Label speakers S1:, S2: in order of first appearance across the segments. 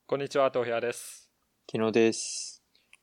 S1: こんにちは、東平です。
S2: 昨日です。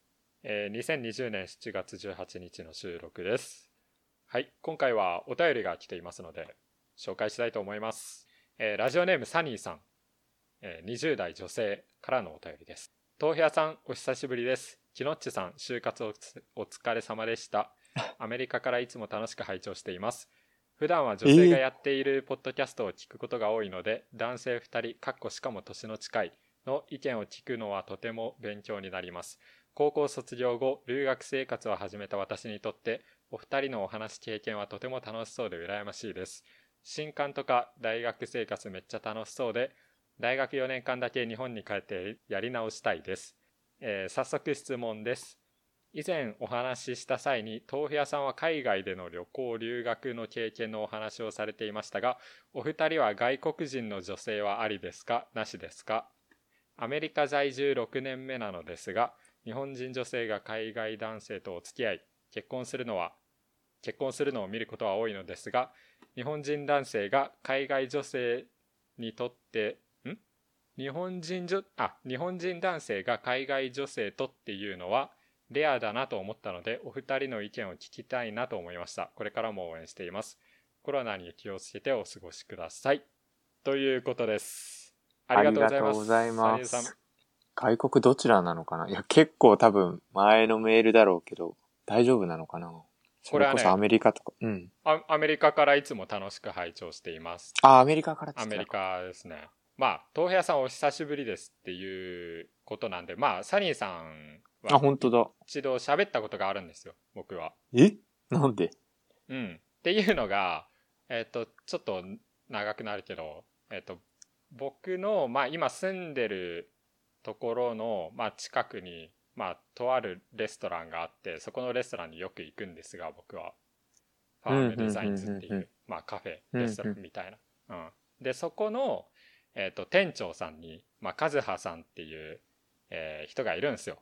S1: 2020年7月18日の収録です。はい、今回はお便りが来ていますので紹介したいと思います。ラジオネームサニーさん、20代女性からのお便りです。東平さん、お久しぶりです。きのっちさん、就活お疲れ様でした。アメリカからいつも楽しく拝聴しています。普段は女性がやっているポッドキャストを聞くことが多いので、男性2人、しかも年の近いの意見を聞くのはとても勉強になります。高校卒業後、留学生活を始めた私にとって、お二人のお話経験はとても楽しそうで羨ましいです。新刊とか大学生活めっちゃ楽しそうで、大学4年間だけ日本に帰ってやり直したいです。早速質問です。以前お話しした際に、豆腐屋さんは海外での旅行留学の経験のお話をされていましたが、お二人は外国人の女性はありですか、なしですか？アメリカ在住6年目なのですが、日本人女性が海外男性とお付き合い、結婚するのを見ることは多いのですが、日本人男性が海外女性にとって日本人男性が海外女性とっていうのはレアだなと思ったので、お二人の意見を聞きたいなと思いました。これからも応援しています。コロナに気をつけてお過ごしください。ということです。ありがとうございます。サニーさん。
S2: 外国どちらなのかな。いや、結構多分前のメールだろうけど、大丈夫なのかな。それこそアメリカとか。
S1: アメリカからいつも楽しく拝聴しています。
S2: アメリカから
S1: アメリカですね。豆腐屋さんお久しぶりですっていうことなんで、サニーさんは
S2: 本当だ。
S1: 一度喋ったことがあるんですよ、僕は。
S2: なんで？
S1: っていうのが、ちょっと長くなるけど、僕の、今住んでるところの、近くに、とあるレストランがあって、そこのレストランによく行くんですが、僕は。ファームデザインズっていう、カフェ、レストランみたいな。で、そこの、店長さんに、カズハさんっていう、人がいるんですよ。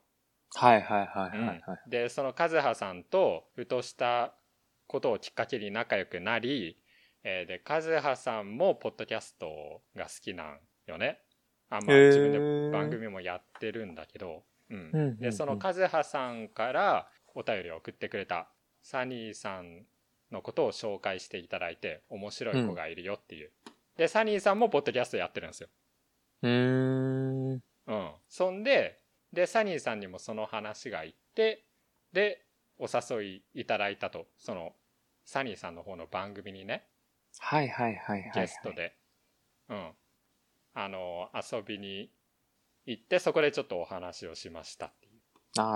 S1: で、そのカズハさんとふとしたことをきっかけに仲良くなり、で、カズハさんもポッドキャストが好きなんよね。自分で番組もやってるんだけど、で、そのカズハさんからお便りを送ってくれたサニーさんのことを紹介していただいて、面白い子がいるよっていう。で、サニーさんもポッドキャストやってるんですよ。そんで、サニーさんにもその話が行って、で、お誘いいただいたと、その、サニーさんの方の番組にね、ゲストで、遊びに行って、そこでちょっとお話をしましたっていう。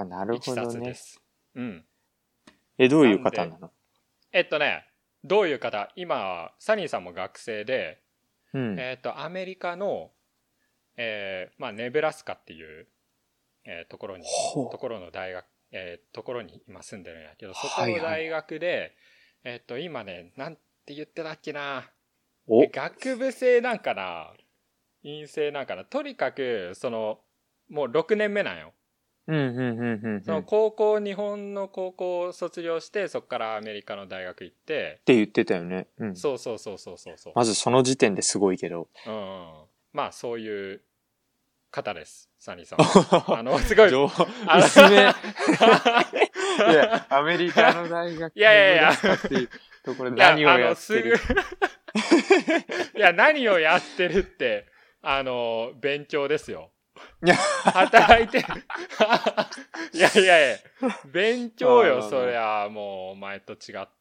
S2: なるほどね。
S1: です。
S2: どういう方なの？
S1: どういう方？今、サニーさんも学生で、アメリカの、ネブラスカっていう、ところの大学、ところに今住んでるんやけど、そこの大学で、今ね、なんて言ってたっけな。学部生なんかな、院生なんかな。とにかく、もう6年目なんよ。その日本の高校を卒業して、そこからアメリカの大学行って。
S2: って言ってたよね。
S1: そう。
S2: まずその時点ですごいけど。
S1: そういう方です、サニーさん。すごい。
S2: 薄め。いや、アメリカの大学
S1: いや
S2: っていうところで何をやってる？
S1: いや、何をやってるって、勉強ですよ。働いてる。いや、勉強よ、そりゃ、もう、お前と違って。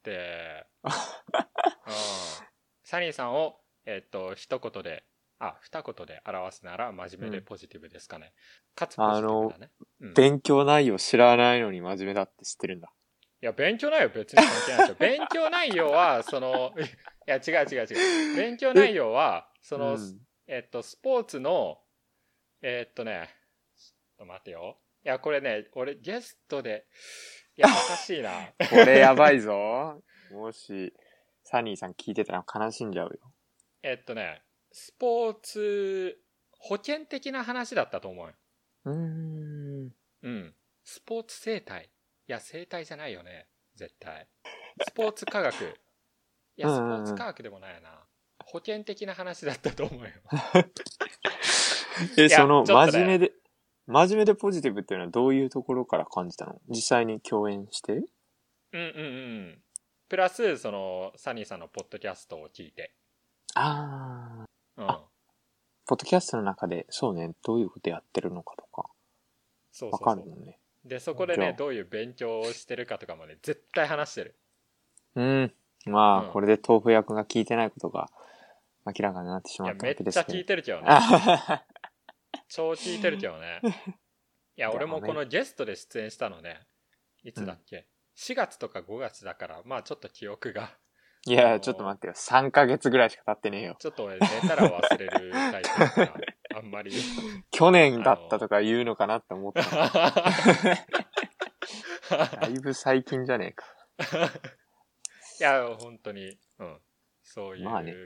S1: サニーさんを、二言で表すなら真面目でポジティブですかね。かつポジティブだね。
S2: 勉強内容知らないのに真面目だって知ってるんだ。
S1: いや、勉強内容別に関係ないですよ。勉強内容は、いや、違う。勉強内容は、スポーツの、ちょっと待てよ。いや、これね、俺ゲストで、いや、おかしいな。
S2: これやばいぞ。もし、サニーさん聞いてたら悲しんじゃうよ。
S1: スポーツ、保険的な話だったと思うよ。スポーツ生態。いや、生態じゃないよね。絶対。スポーツ科学。いや、スポーツ科学でもないな。保険的な話だったと思うよ。
S2: その、
S1: ちょっとね
S2: 真面目でポジティブっていうのはどういうところから感じたの？実際に共演して？
S1: うんうんうん。プラス、その、サニーさんのポッドキャストを聞いて。
S2: あ
S1: うん。
S2: ポッドキャストの中で、そうね、どういうことやってるのかとか、わ
S1: そうそうそう。
S2: かるもんね。
S1: で、そこでね、
S2: じゃあ
S1: どういう勉強をしてるかとかもね、絶対話してる。
S2: まあ、
S1: うん
S2: これで豆腐役が聞いてないことが明らかになってし
S1: いや、
S2: まった
S1: めっちゃ
S2: わけですけど。
S1: 聞いてるけどね。超聞いてるけどね。いや、俺もこのゲストで出演したのね、いつだっけ、4月とか5月だから、まあちょっと記憶が。
S2: いや、ちょっと待ってよ。3ヶ月ぐらいしか経ってねえよ。
S1: ちょっと俺寝たら忘れるタイプだから、あんまり。
S2: 去年だったとか言うのかなって思った。だいぶ最近じゃねえか。
S1: いや、本当に、そういうこと。
S2: まあね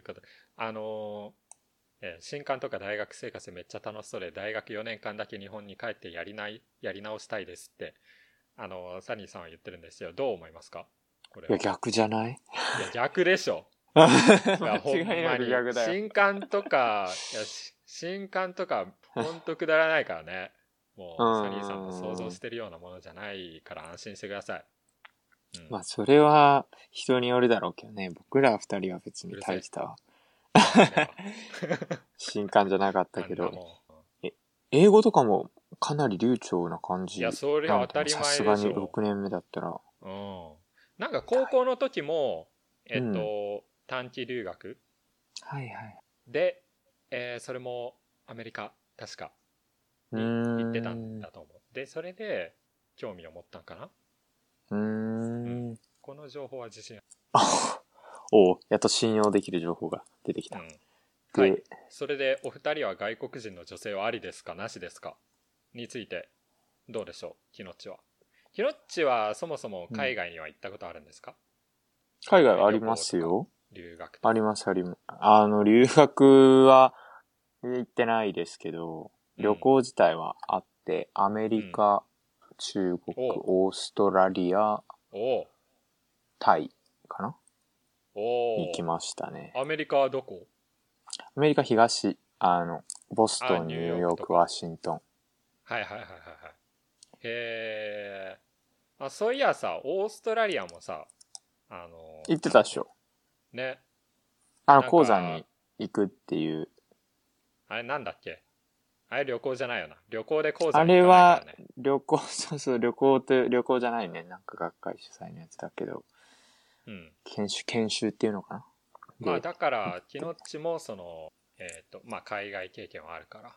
S1: 新刊とか大学生活めっちゃ楽しそうで、大学4年間だけ日本に帰ってやり直したいですって、サニーさんは言ってるんですよ。どう思いますかこれは。
S2: いや、逆じゃない？
S1: いや、逆でしょ。
S2: 間
S1: いや、ほん
S2: 違いな
S1: まに。
S2: く逆だよ。
S1: 新刊とか、新刊とか、ほんとくだらないからね。もう、サニーさんの想像してるようなものじゃないから安心してください。
S2: まあ、それは人によるだろうけどね。僕ら二人は別に大した新刊じゃなかったけど。英語とかもかなり流暢な感じ。
S1: いや、それは当たり前でしょ。
S2: さすがに6年目だったら。
S1: なんか高校の時も、短期留学
S2: はいはい。
S1: で、それもアメリカ、確か、に行ってたんだと思う。で、それで興味を持ったんかな。この情報は自信ある。
S2: おう、やっと信用できる情報が出てきた。
S1: はい。それで、お二人は外国人の女性はありですかなしですかについて、どうでしょうキノッチは。キノッチはそもそも海外には行ったことあるんですか？
S2: 海外ありますよ。
S1: 留学とか。
S2: あります。留学は行ってないですけど、旅行自体はあって、アメリカ、中国、オーストラリア、タイかな行きましたね。
S1: アメリカはどこ？
S2: アメリカ東、ボストン、ニューヨーク、ワシントン。
S1: はいはいはいはいはい。へー。そういやさ、オーストラリアもさ、
S2: 行ってたっしょ。
S1: ね。
S2: 鉱山に行くっていう。
S1: あれなんだっけ？あれ旅行じゃないよな。旅行で鉱山
S2: に行かないからね。あれは旅行、そうそう、旅行じゃないね。なんか学会主催のやつだけど。研修っていうのかな。
S1: まあだから、キノッチもその、まあ海外経験はあるから。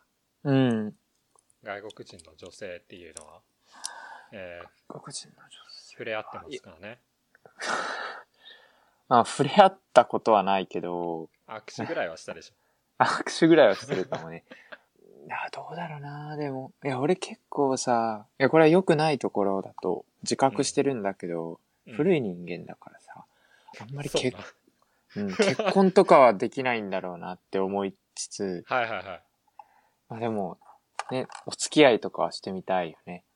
S1: 外国人の女性っていうのは、
S2: 外国人の女性。
S1: 触れ合ってますからね。
S2: 触れ合ったことはないけど。
S1: 握手ぐらいはしたでしょ。
S2: 握手ぐらいはしてるかもね。どうだろうなでも。いや、俺結構さ、いや、これは良くないところだと自覚してるんだけど、古い人間だからさ、あんまり結婚とかはできないんだろうなって思いつつ、
S1: はいはいはい。
S2: まあでも、ね、お付き合いとかはしてみたいよね。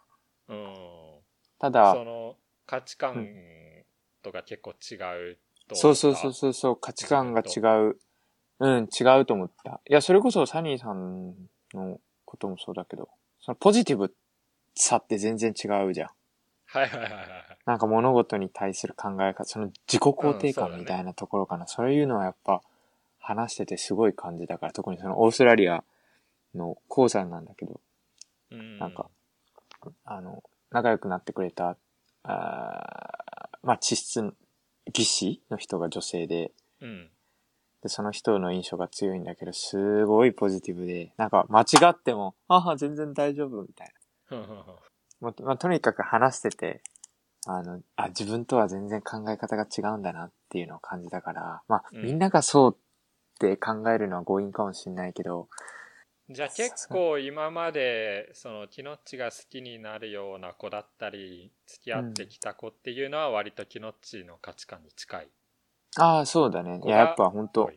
S2: ただ、
S1: その、価値観とか結構違うと。
S2: そう、価値観が違う。違うと思った。いや、それこそサニーさんのこともそうだけど、そのポジティブさって全然違うじゃん。
S1: はいはいはいはい。
S2: なんか物事に対する考え方、その自己肯定感みたいなところかな。そういうのはやっぱ話しててすごい感じだから、特にそのオーストラリアの鉱山なんだけど、なんか、仲良くなってくれた、まあ、地質技師の人が女性で、で、その人の印象が強いんだけど、すごいポジティブで、なんか間違っても、全然大丈夫みたいな。まあ、とにかく話してて、自分とは全然考え方が違うんだなっていうのを感じたから、まあ、みんながそうって考えるのは強引かもしれないけど。
S1: じゃあ結構今まで、その、キノッチが好きになるような子だったり、付き合ってきた子っていうのは割とキノッチの価値観に近い。
S2: そうだね。いや、やっぱ本当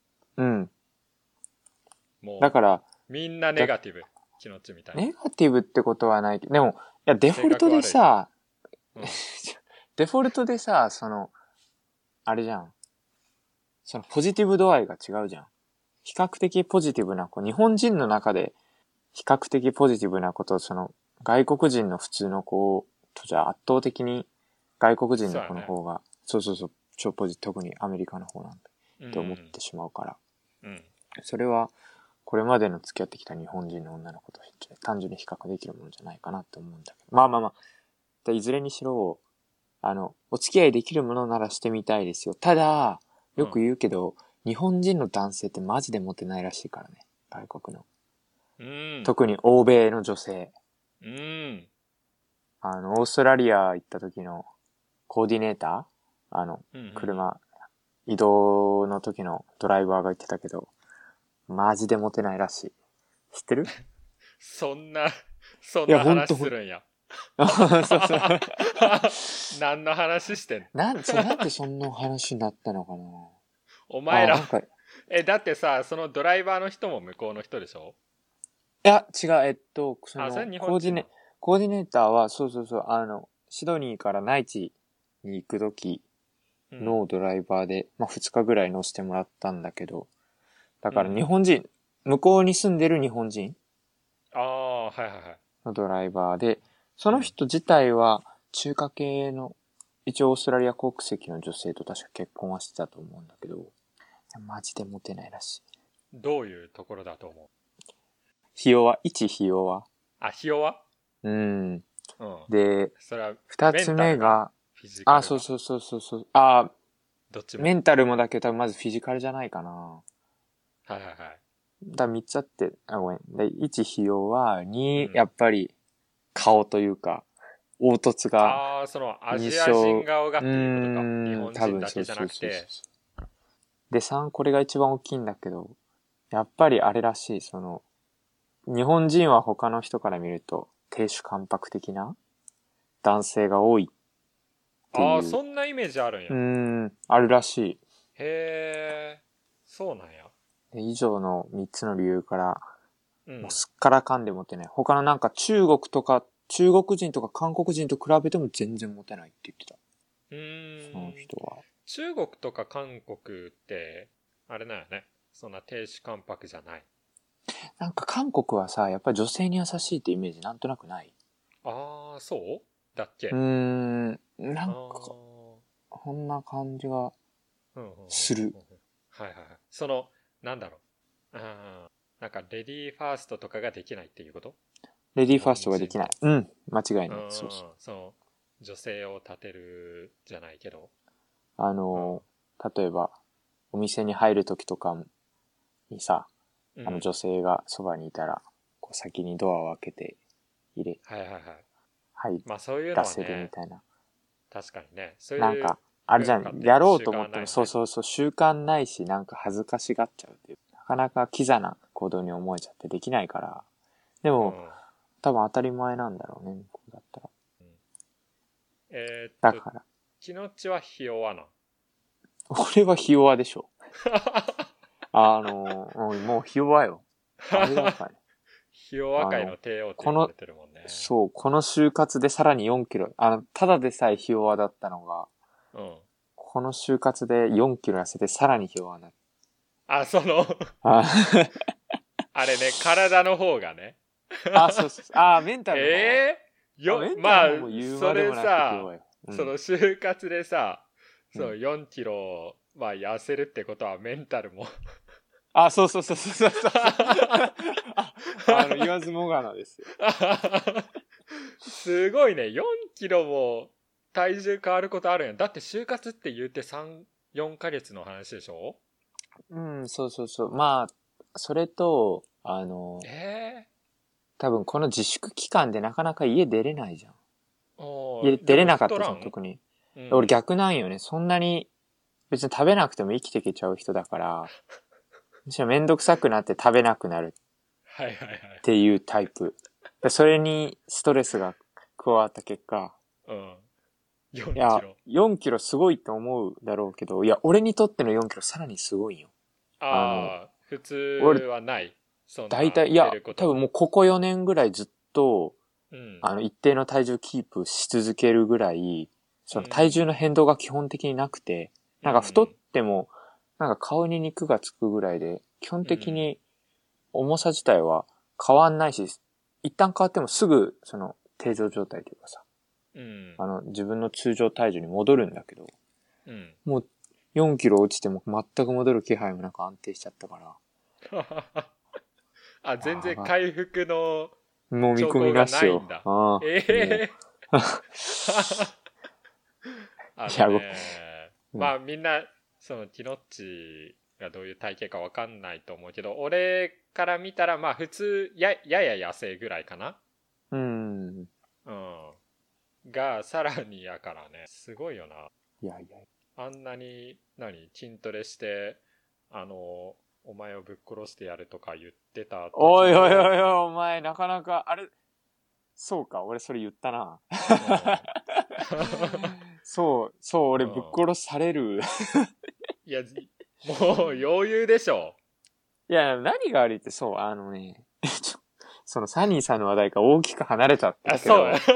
S1: もう、
S2: だから、
S1: みんなネガティブ。キノッチみたいな。
S2: ネガティブってことはないけど、でも、いや、デフォルトでさ、デフォルトでさ、その、あれじゃん。そのポジティブ度合いが違うじゃん。 比較的ポジティブな、日本人の中で比較的ポジティブなことを、外国人の普通の子とじゃ圧倒的に外国人の子の方が、そうそうそう、超ポジティブ、特にアメリカの方なんて、って思ってしまうから。それは、これまでの付き合ってきた日本人の女の子と単純に比較できるものじゃないかなって思うんだけど。まあまあまあ、いずれにしろ、お付き合いできるものならしてみたいですよ。ただ、よく言うけど、日本人の男性ってマジでモテないらしいからね。外国の。特に欧米の女性。オーストラリア行った時のコーディネーター車、移動の時のドライバーが言ってたけど、マジでモテないらしい。知ってる？
S1: そんな話するんや。そうそう。何の話してんの？
S2: なんでそんな話になったのかな。
S1: お前ら。だってさ、そのドライバーの人も向こうの人でしょ？
S2: いや、違う、コーディネーターは、そう、シドニーから内地に行く時のドライバーで、2日ぐらい乗せてもらったんだけど、だから日本人、向こうに住んでる日本人のドライバーで、その人自体は中華系の、一応オーストラリア国籍の女性と確か結婚はしてたと思うんだけど、マジでモテないらしい。
S1: どういうところだと思う？
S2: ひ弱。
S1: ひ弱？
S2: で、二つ目が、そう。どっちも。メンタルもだけど、まずフィジカルじゃないかな。三つあって、ごめん。で、1、費用は、2、やっぱり、顔というか、凹凸が。
S1: そのアジア人顔がっていうことか。日本人だけじゃなくて。
S2: で、3、これが一番大きいんだけど、やっぱりあれらしい、日本人は他の人から見ると、亭主関白的な男性が多いっていう。
S1: そんなイメージあるんや。
S2: あるらしい。
S1: へー、そうなんや。
S2: 以上の3つの理由から、もうすっからかんでモテない。他の中国人とか韓国人と比べても全然モテないって言ってた。その人は。
S1: 中国とか韓国って、あれなんやね。そんな亭主関白じゃない。
S2: 韓国はさ、やっぱり女性に優しいってイメージなんとなくない？
S1: そうだっけ？
S2: こんな感じがする。
S1: なんだろう。レディーファーストとかができないっていうこと？
S2: レディーファーストができない。間違いない。
S1: 女性を立てるじゃないけど。
S2: 例えば、お店に入るときとかにさ、女性がそばにいたら、先にドアを開けて
S1: そういうのはね、
S2: 出せるみたいな。
S1: 確かにね。
S2: あれじゃん、やろうと思っても、習慣ないし、恥ずかしがっちゃうっていう。なかなかキザな行動に思えちゃってできないから。でも、多分当たり前なんだろうね、こうだったら。だから。
S1: 気持ちはひ弱な。
S2: 俺はひ弱でしょ。もうひ弱よ。あれだからね。
S1: ひ弱界の帝王って言われてるもんね。
S2: そう、この就活でさらに4キロ、ただでさえひ弱だったのが、この就活で4キロ痩せてさらにひ弱になる。
S1: あれね、体の方がね。
S2: そう。メンタルの方。
S1: それさ、その就活でさ、4キロ、痩せるってことはメンタルも。
S2: そう。言わずもがなですよ。
S1: すごいね。4キロも体重変わることあるんや。だって就活って言って3、4ヶ月の話でしょ？
S2: そう。それと、多分この自粛期間でなかなか家出れないじゃん。家出れなかったじゃん、特に。俺逆なんよね。そんなに別に食べなくても生きていけちゃう人だから、むしろめんどくさくなって食べなくなるっていうタイプ。それにストレスが加わった結果、
S1: 4キロ。
S2: いや、4キロすごいと思うだろうけど、いや、俺にとっての4キロさらにすごいよ。
S1: 普通はない。
S2: 大体、いや、多分もうここ4年ぐらいずっと、一定の体重キープし続けるぐらい、その体重の変動が基本的になくて、太っても、顔に肉がつくぐらいで、 基本的に重さ自体は変わんないし、一旦変わってもすぐその定常状態というかさ、
S1: うん。
S2: 自分の通常体重に戻るんだけど、
S1: うん。
S2: もう4キロ落ちても全く戻る気配もなく安定しちゃったから。
S1: あ、全然回復の
S2: もう見込み
S1: 兆候が
S2: なしよ。
S1: ないんだ。
S2: ああ。
S1: ええ
S2: いや
S1: まあみんな、そのティノッチがどういう体型かわかんないと思うけど、俺から見たらまあ普通、やや痩せぐらいかな。
S2: うん。
S1: うん。が、さらにやからね、すごいよな。
S2: いやいや。
S1: あんなに、筋トレして、お前をぶっ殺してやるとか言ってた時も。
S2: おいおいおいおい、お前、なかなか、あれ、そうか、俺それ言ったな。そう、俺ぶっ殺される。
S1: いや、もう余裕でしょ。
S2: いや、何が悪いって、そう、そのサニーさんの話題が大きく離れちゃったけど。
S1: あ、そう。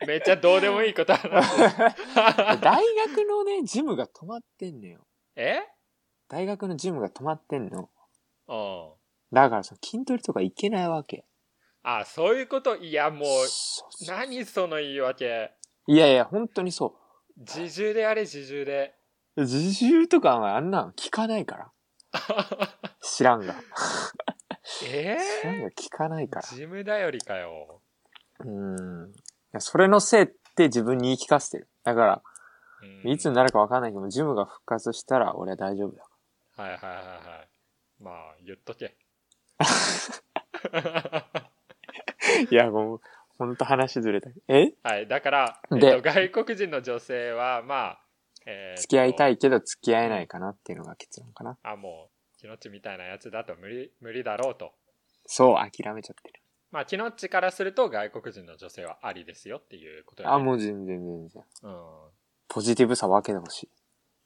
S1: めっちゃどうでもいいこと話す。
S2: 大学のね、ジムが止まってんのよ。
S1: え？
S2: 大学のジムが止まってんの。
S1: うん。
S2: だからその筋トレとか行けないわけ。
S1: あ、そういうこと。いや、もう、何その言い訳。
S2: いやいや、本当にそう。
S1: 自重でやれ、自重で。
S2: 自重とかあんなん聞かないから。知らんが。知らんが聞かないから。
S1: ジムだよりかよ。
S2: それのせいって自分に言い聞かせてる。だから、いつになるか分かんないけど、ジムが復活したら俺は大丈夫だから。
S1: はいはいはいはい。まあ、言っとけ。
S2: いや、もう、ほんと話ずれた。
S1: はい、だから、外国人の女性は、まあ、
S2: 付き合いたいけど付き合えないかなっていうのが結論かな。
S1: あ、もう、キノッチみたいなやつだと無理だろうと。
S2: そう、諦めちゃってる。
S1: まあ、キノッチからすると外国人の女性はありですよっていうことやね。
S2: あ、もう全然。
S1: うん。
S2: ポジティブさ分けてほしい。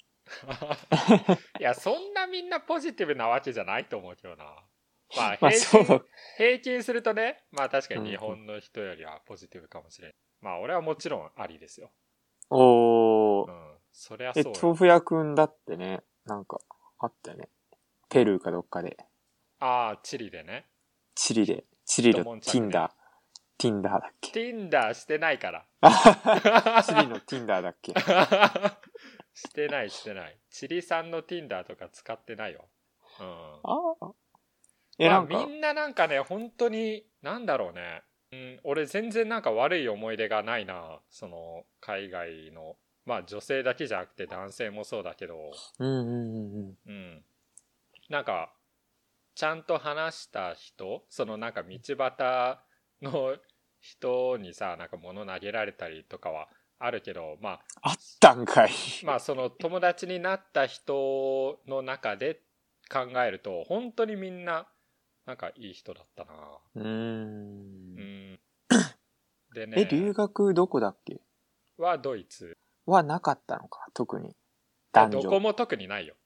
S1: いや、そんなみんなポジティブなわけじゃないと思うけどな。まあ、平均するとね、まあ確かに日本の人よりはポジティブかもしれん。まあ俺はもちろんありですよ。
S2: おー。
S1: そりゃそうよ。
S2: 豆腐屋くんだってね、なんか、あったよね。ペルーかどっかで。
S1: ああ、チリでね。
S2: チリのティンダーだっけ。
S1: ティンダーしてないから。
S2: チリのティンダーだっけ。
S1: してない。チリ産のティンダーとか使ってないよ。まあみんななんかね、本当に、なんだろうね。俺全然なんか悪い思い出がないな。その、海外の。まあ女性だけじゃなくて男性もそうだけど。なんか、ちゃんと話した人、そのなんか道端の人にさ、なんか物投げられたりとかはあるけど、まあ。
S2: あったんかい。
S1: まあその友達になった人の中で考えると、本当にみんな、なんかいい人だったな。でね。
S2: 留学どこだっけ？
S1: はドイツ。
S2: はなかったのか、特に。
S1: どこも特にないよ。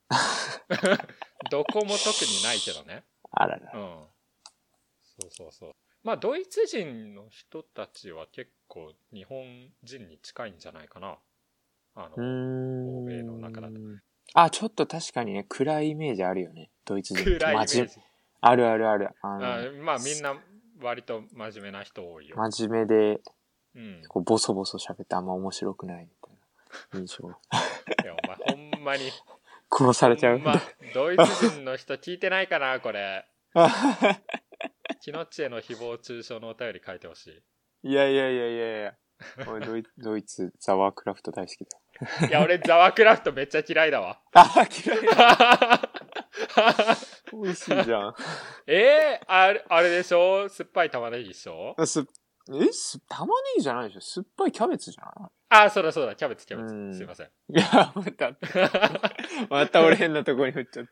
S1: どこも特にないけどね。
S2: あらら。
S1: そう。まあドイツ人の人たちは結構日本人に近いんじゃないかな。欧米の中だと。
S2: あ、ちょっと確かにね、暗いイメージあるよね。ドイツ人。
S1: 暗いイメージ。
S2: ある。
S1: まあみんな割と真面目な人多いよ。
S2: 真面目で、こうボソボソ喋ってあんま面白くないみたいな印象。
S1: いや、お前ほんまに。
S2: 殺されちゃう。
S1: ドイツ人の人聞いてないかな、これ。キノッチへの誹謗中傷のお便り書いてほしい。
S2: いや。俺ドイツ、ザワークラフト大好きだ。
S1: いや、俺ザワークラフトめっちゃ嫌いだわ。
S2: 嫌いだ。美味しいじゃん。
S1: あれでしょ？酸っぱい玉ねぎでしょ？
S2: 玉ねぎじゃないでしょ？酸っぱいキャベツじゃない？
S1: そうだ、キャベツ。すいません。
S2: いや、また俺変なとこに振っちゃった。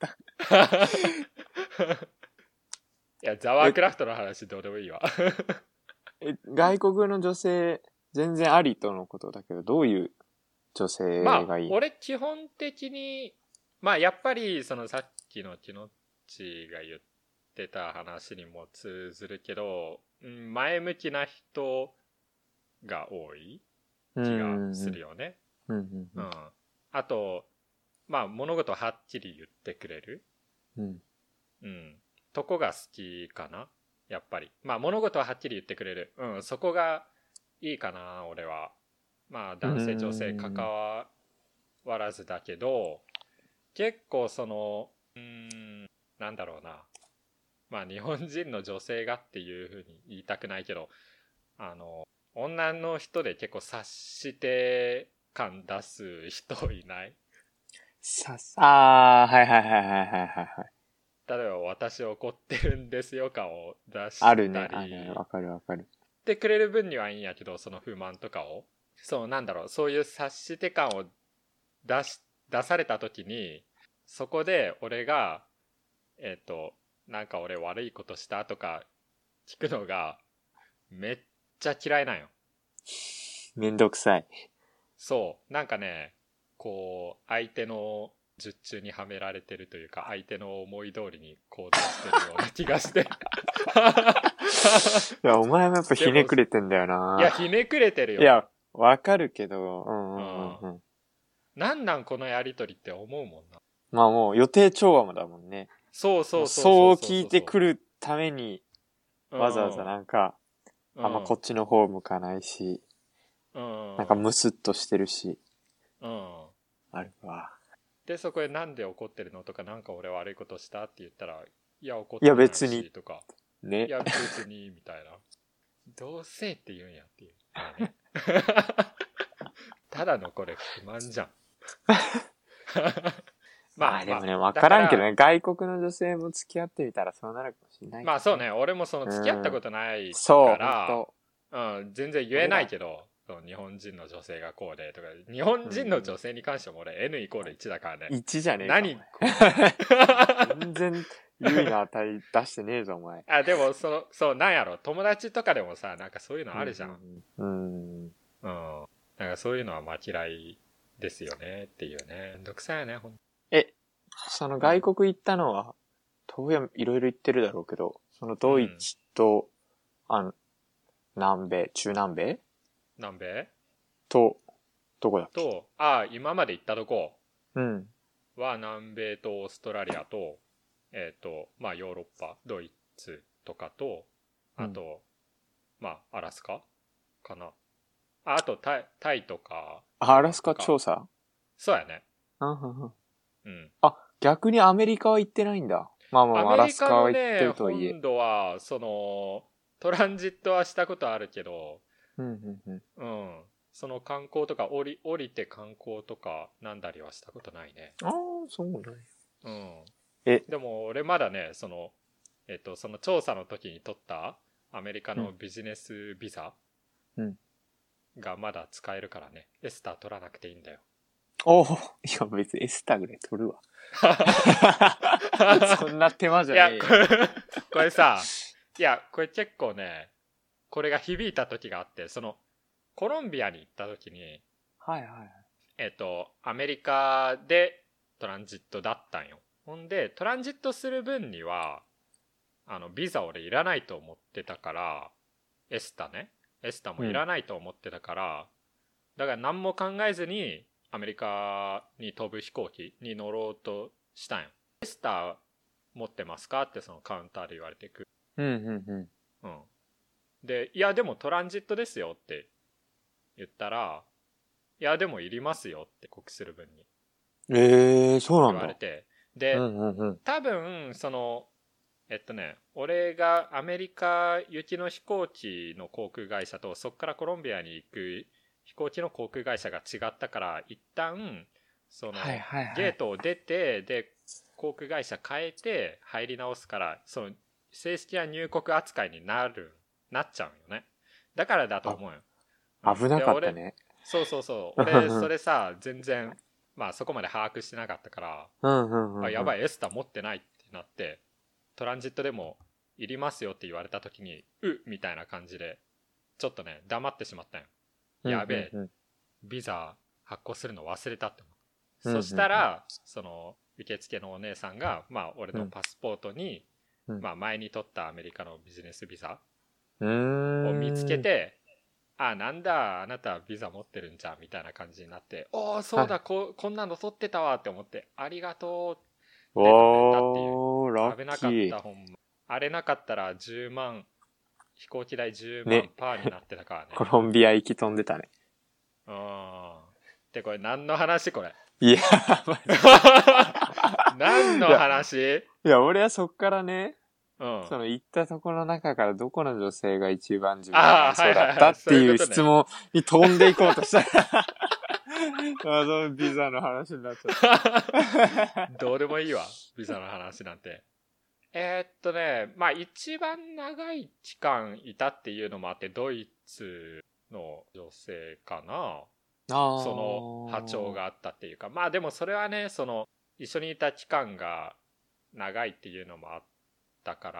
S1: いや、ザワークラフトの話どうでもいいわ。
S2: 外国の女性、全然ありとのことだけど、どういう女性がいい？
S1: 俺基本的に、まあやっぱり、そのさっきのキノッチが言ってた話にも通ずるけど、前向きな人が多い気がするよね。あと、まあ物事をはっきり言ってくれる。
S2: うん。
S1: うん。とこが好きかな。やっぱり。まあ物事ははっきり言ってくれる。うん。そこがいいかな、俺は。まあ
S2: うー
S1: 男性女性関
S2: ん。
S1: わらずだけど、結構なんだろうな。まあ日本人の女性がっていうふうに言いたくないけど、あの、女の人で結構察して感出す人いない？
S2: はいはいはいはいはいはいはい。
S1: 例えば私怒ってるんですよ感を出した
S2: あるね、ある、
S1: り
S2: わかるわかる。
S1: ってくれる分にはいいんやけど、その不満とかを。そう、なんだろう、そういう察して感を出し、出された時に、そこで俺が、えっ、と、なんか俺悪いことしたとか聞くのがめっちゃ嫌いなんよ。
S2: めんどくさい。
S1: そう、なんかね、こう、相手の術中にはめられてるというか、相手の思い通りに行動してるような気がして。
S2: いや、お前もやっぱ
S1: でも、
S2: ひねくれてんだよ
S1: いや、
S2: な。
S1: ひねくれてるよ。
S2: いや、わかるけど、うんう
S1: うん。
S2: んうんうん。
S1: なんなんこのやりとりって思うもんな。
S2: まあもう予定調和もだもんね。
S1: そう
S2: もう
S1: そうそうそう
S2: そう聞いて
S1: そうそうそ
S2: くるために、
S1: う。う
S2: わざわざ
S1: ん
S2: なんか、
S1: うん。
S2: あんまこっちの方向かないし、
S1: うん。
S2: なんかムスッとしてるし、
S1: うん。
S2: あるわ。
S1: で、そこでなんで怒ってるのとか、なんか俺悪いことしたって言ったら、いや、怒っ
S2: いや
S1: てない
S2: 別に、
S1: し、とか、い
S2: ね。
S1: や、別に、みたいな。どうせって言うんやっていう。まあね。ただのこれ不満じゃん。まあまあ、
S2: まあでもね、わ
S1: だから、
S2: からんけどね、外国の女性も付き合ってみたらそうなるかもしれないけどね。
S1: まあそうね、俺もその付き合った
S2: うん。
S1: ことない
S2: そう、
S1: から、
S2: ほんと。
S1: うん、全然言え
S2: 俺ら、
S1: ないけど、そう日本人の女性がこうでとか、日本人の
S2: うん。
S1: 女性に関しても俺 N イコール1だからね。
S2: 1じゃねえか、お
S1: 何この
S2: 前。全然、優位な値出してねえぞ、お前。
S1: あ、でもそう、なんやろ、友達とかでもさ、なんかそういうの
S2: うん、
S1: あるじゃん。
S2: うん、うん。
S1: うん。なんかそういうのはまあ嫌いですよねっていうね。めんどくさいよね、ほん。
S2: え、その
S1: うん。
S2: 外国行ったのは、東洋いろいろ行ってるだろうけど、そのドイ
S1: うん。
S2: ツと、あの、南米、中南米
S1: 南米
S2: と、どこだっけ？
S1: と、今まで行ったとこ
S2: うん。
S1: は南米とオーストラリアと、まあヨーロッパ、ドイツとかと、
S2: うん。
S1: あと、まあアラスカかな。あとタイとか、
S2: あ、アラスカ
S1: オマーンとか。
S2: 調査？
S1: そうやね。
S2: うんうんうん。
S1: うん。
S2: あ、逆にアメリカは行ってないんだ。まあまあ、ア
S1: アメリカ
S2: ラスカは行って
S1: のね、
S2: るとはいえ。
S1: 本土は、トランジットはしたことあるけど、
S2: うんうんうん。
S1: うん。その観光とか降りて観光とかなんだりはしたことないね。
S2: ああ、そうなんや。
S1: うん。
S2: え、
S1: でも俺まだね、その調査の時に取ったアメリカ
S2: うん、
S1: のビジネスビザ
S2: うん。
S1: がまだ使えるからね。エスター取らなくていいんだよ。
S2: おお、いや別にエスタぐらい取るわ。そんな手間じ
S1: いや、
S2: ゃねえよ。
S1: これさ、いや、これ結構ね、これが響いた時があって、コロンビアに行った時に、
S2: はいはいはい。
S1: アメリカでトランジットだったんよ。ほんで、トランジットする分には、ビザ俺いらないと思ってたから、エスタね。エスタもい
S2: うん。
S1: らないと思ってたから、だから何も考えずにアメリカに飛ぶ飛行機に乗ろうとしたんよ。エスタ持ってますかってそのカウンターで言われてくる。
S2: うんうんうん。
S1: うん。で、いやでもトランジットですよって言ったら、いやでもいりますよって告する分に
S2: ええー、そうな
S1: 言
S2: んだ。
S1: われて。
S2: う
S1: で、
S2: んうんうん。
S1: 多分、俺がアメリカ行きの飛行機の航空会社とそこからコロンビアに行く飛行機の航空会社が違ったから一旦
S2: はいはいはい。
S1: ゲートを出てで航空会社変えて入り直すから正式な入国扱いになっちゃうよね。だからだと
S2: あ、
S1: 思うよ。うん、
S2: 危な
S1: で俺
S2: かったね。
S1: そうそうそう
S2: う
S1: 俺そ
S2: ん
S1: れさ全然まあそこまで把握してなかったから
S2: うんうんうん。
S1: やばいエスタ持ってないってなってトランジットでもいりますよって言われた時にみたいな感じでちょっとね黙ってしまったんよ。
S2: うん
S1: やべえ
S2: うん
S1: ビザ発行するの忘れたって思った。
S2: うん。うん
S1: そし
S2: うんうん。
S1: たらその受付のお姉さんがまあ俺のパスポートに、
S2: うん。
S1: まあ、前に取ったアメリカのビジネスビザ
S2: う
S1: を見つ
S2: ーん。
S1: けてなんだあなたビザ持ってるんじゃんみたいな感じになって、おおそうだ
S2: はい。
S1: こんなの取ってたわって思って、ありがとう出たっていう。
S2: おー、ラ
S1: 危な
S2: ッキー。
S1: かったほんま。あれなかったら10万、飛行機代10万
S2: ね
S1: パーになってたからね。
S2: コロンビア行き飛んでたね。
S1: うん。で、これ何の話これ。
S2: いや、
S1: 何の話？
S2: いや、俺はそっからね、
S1: うん。
S2: その行ったところの中からどこの女性が一番自分がそうだったっていう質問に飛んでいこうとしたら、謎ビザの話になっちゃった。
S1: どうでもいいわ、ビザの話なんて。まあ一番長い期間いたっていうのもあって、ドイツの女性かな。その波長があったっていうか、まあでもそれはね、その一緒にいた期間が長いっていうのもあったから、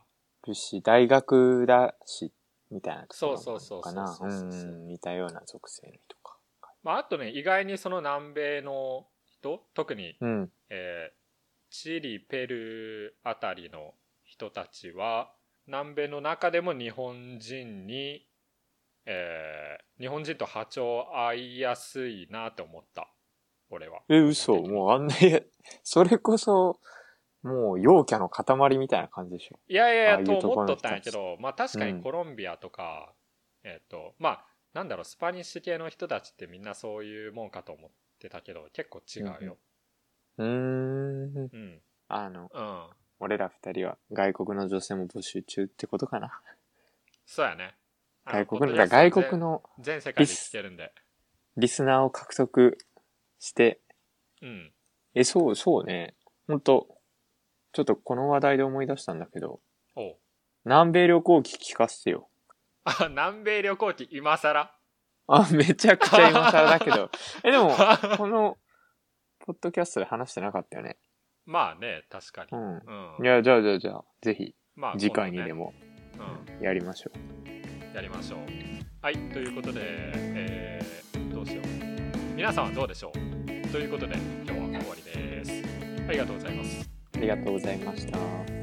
S2: るし、大学だし、みたいなところ
S1: そうそう
S2: かな。
S1: そうそうそう
S2: 似たような属性の人か。
S1: まああとね、意外にその南米の人、特に、
S2: うん。
S1: チリ、ペルーあたりの人たちは、南米の中でも日本人に、日本人と波長合いやすいなと思った。俺は。
S2: 嘘。もうあんな、それこそ、もう陽キャの塊みたいな感じでしょ。
S1: いやいやいや、
S2: ああいう
S1: と思っとったんや
S2: とこ
S1: けど、まあ確かにコロンビアとか、まあ、なんだろう、スパニッシュ系の人たちってみんなそういうもんかと思ってたけど、結構違うよ。うん。うん。
S2: 俺ら二人は外国の女性も募集中ってことかな。
S1: そうやね。
S2: 外国の
S1: 全世界で聞けるんで。
S2: リスナーを獲得して、
S1: うん。
S2: そうね。ほんと、ちょっとこの話題で思い出したんだけど、
S1: おう。
S2: 南米旅行記聞かせてよ。
S1: あ、南米旅行記今更？
S2: めちゃくちゃ今更だけど。でも、この、ポッドキャストで話してなかったよね。
S1: まあね、確かに。
S2: いや、じゃあ、ぜひ、
S1: まあ、
S2: 次回にでも、やりましょ
S1: う。やりましょう。はい、ということで、どうしよう。皆さんはどうでしょう？ということで、今日は終わりです。ありがとうございます。
S2: ありがとうございました。